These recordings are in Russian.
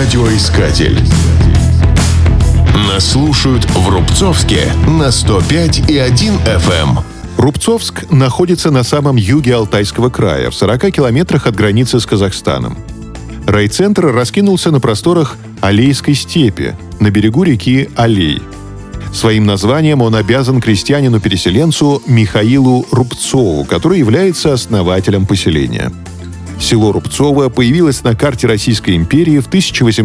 Радиоискатель. Нас слушают в Рубцовске на 105,1 FM. Рубцовск находится на самом юге Алтайского края, в 40 километрах от границы с Казахстаном. Райцентр раскинулся на просторах Алейской степи, на берегу реки Алей. Своим названием он обязан крестьянину-переселенцу Михаилу Рубцову, который является основателем поселения. Село Рубцово появилось на карте Российской империи в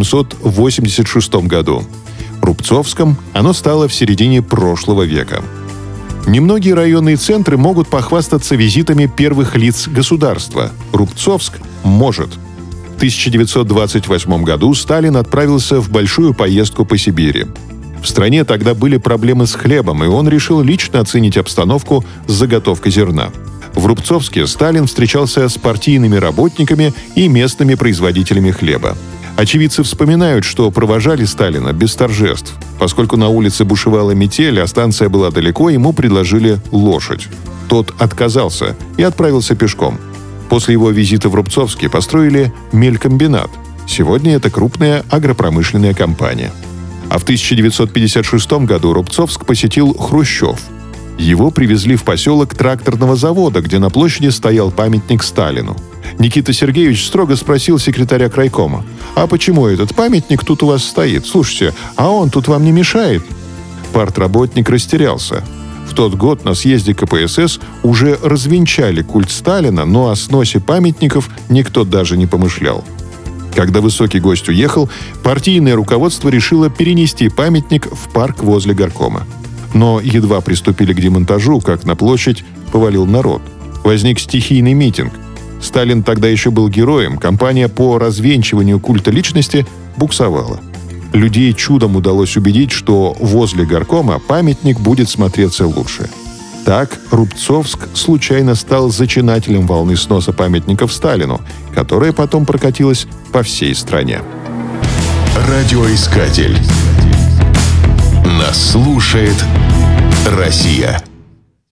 1886 году. Рубцовском оно стало в середине прошлого века. Немногие районные центры могут похвастаться визитами первых лиц государства. Рубцовск может. В 1928 году Сталин отправился в большую поездку по Сибири. В стране тогда были проблемы с хлебом, и он решил лично оценить обстановку с заготовкой зерна. В Рубцовске Сталин встречался с партийными работниками и местными производителями хлеба. Очевидцы вспоминают, что провожали Сталина без торжеств. Поскольку на улице бушевала метель, а станция была далеко, ему предложили лошадь. Тот отказался и отправился пешком. После его визита в Рубцовске построили мелькомбинат. Сегодня это крупная агропромышленная компания. А в 1956 году Рубцовск посетил Хрущев. Его привезли в поселок тракторного завода, где на площади стоял памятник Сталину. Никита Сергеевич строго спросил секретаря крайкома: «А почему этот памятник тут у вас стоит? Слушайте, а он тут вам не мешает?» Партработник растерялся. В тот год на съезде КПСС уже развенчали культ Сталина, но о сносе памятников никто даже не помышлял. Когда высокий гость уехал, партийное руководство решило перенести памятник в парк возле горкома. Но едва приступили к демонтажу, как на площадь повалил народ. Возник стихийный митинг. Сталин тогда еще был героем, кампания по развенчиванию культа личности буксовала. Людей чудом удалось убедить, что возле горкома памятник будет смотреться лучше. Так Рубцовск случайно стал зачинателем волны сноса памятников Сталину, которая потом прокатилась по всей стране. Радиоискатель. Нас слушает Россия.